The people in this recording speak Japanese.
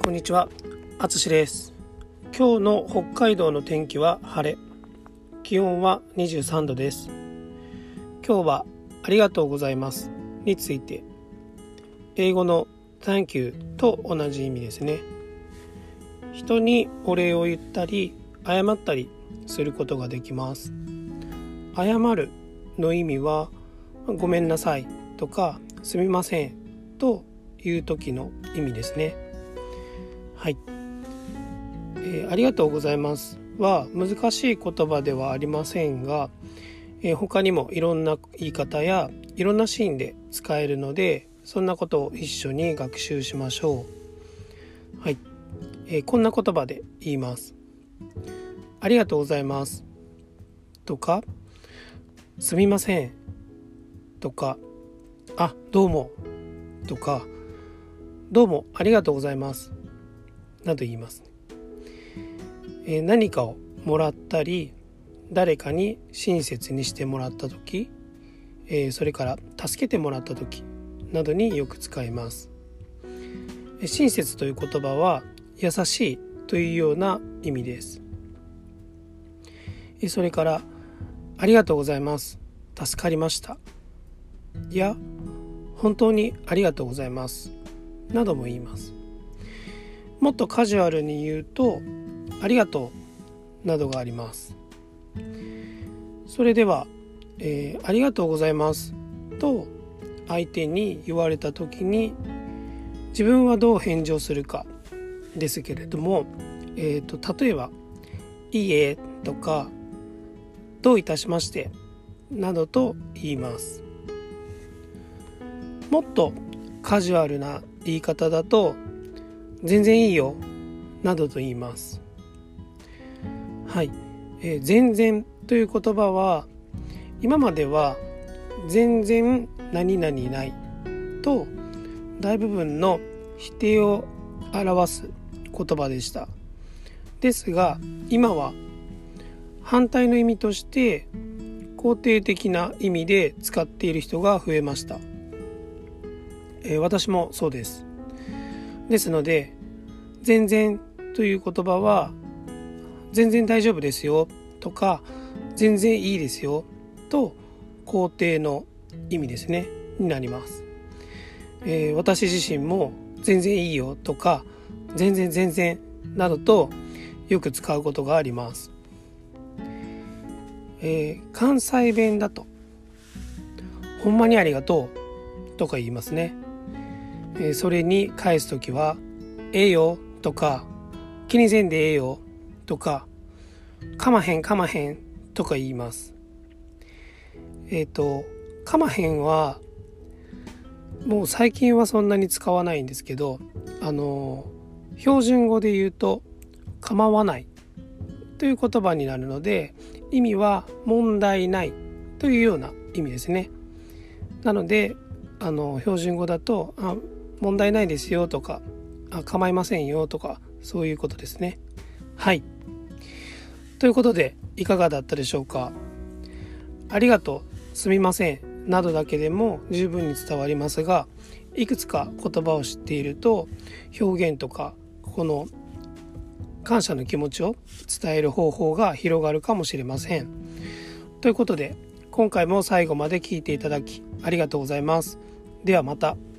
こんにちは、あつしです。今日の北海道の天気は晴れ、気温は23度です。今日はありがとうございますについて、英語の Thank you と同じ意味ですね。人にお礼を言ったり謝ったりすることができます。謝るの意味はごめんなさいとかすみませんという時の意味ですね。はい、ありがとうございますは難しい言葉ではありませんが、他にもいろんな言い方やいろんなシーンで使えるので、そんなことを一緒に学習しましょう。はい、こんな言葉で言います。ありがとうございますとか、すみませんとか、どうもとか、どうもありがとうございますなど言います。何かをもらったり、誰かに親切にしてもらったとき、それから助けてもらったときなどによく使います。親切という言葉は優しいというような意味です。それからありがとうございます、助かりましたや本当にありがとうございますなども言います。もっとカジュアルに言うとありがとうなどがあります。それでは、ありがとうございますと相手に言われた時に自分はどう返事をするかですけれども、例えばいいえとかどういたしましてなどと言います。もっとカジュアルな言い方だと全然いいよなどと言います。はい、全然という言葉は今までは全然何々ないと大部分の否定を表す言葉でした。ですが今は反対の意味として肯定的な意味で使っている人が増えました。私もそうです。ですので全然という言葉は全然大丈夫ですよとか全然いいですよと肯定の意味ですねになります。私自身も全然いいよとか全然などとよく使うことがあります。関西弁だとほんまにありがとうとか言いますね。それに返すときはええよとか気にせんでええよとかかまへんとか言います。かまへんはもう最近はそんなに使わないんですけど、標準語で言うと構わないという言葉になるので、意味は問題ないというような意味ですね。なので標準語だと問題ないですよとか構いませんよとかそういうことですね。はい、ということでいかがだったでしょうか。ありがとう、すみませんなどだけでも十分に伝わりますが、いくつか言葉を知っていると表現とかこの感謝の気持ちを伝える方法が広がるかもしれません。ということで今回も最後まで聞いていただきありがとうございます。ではまた。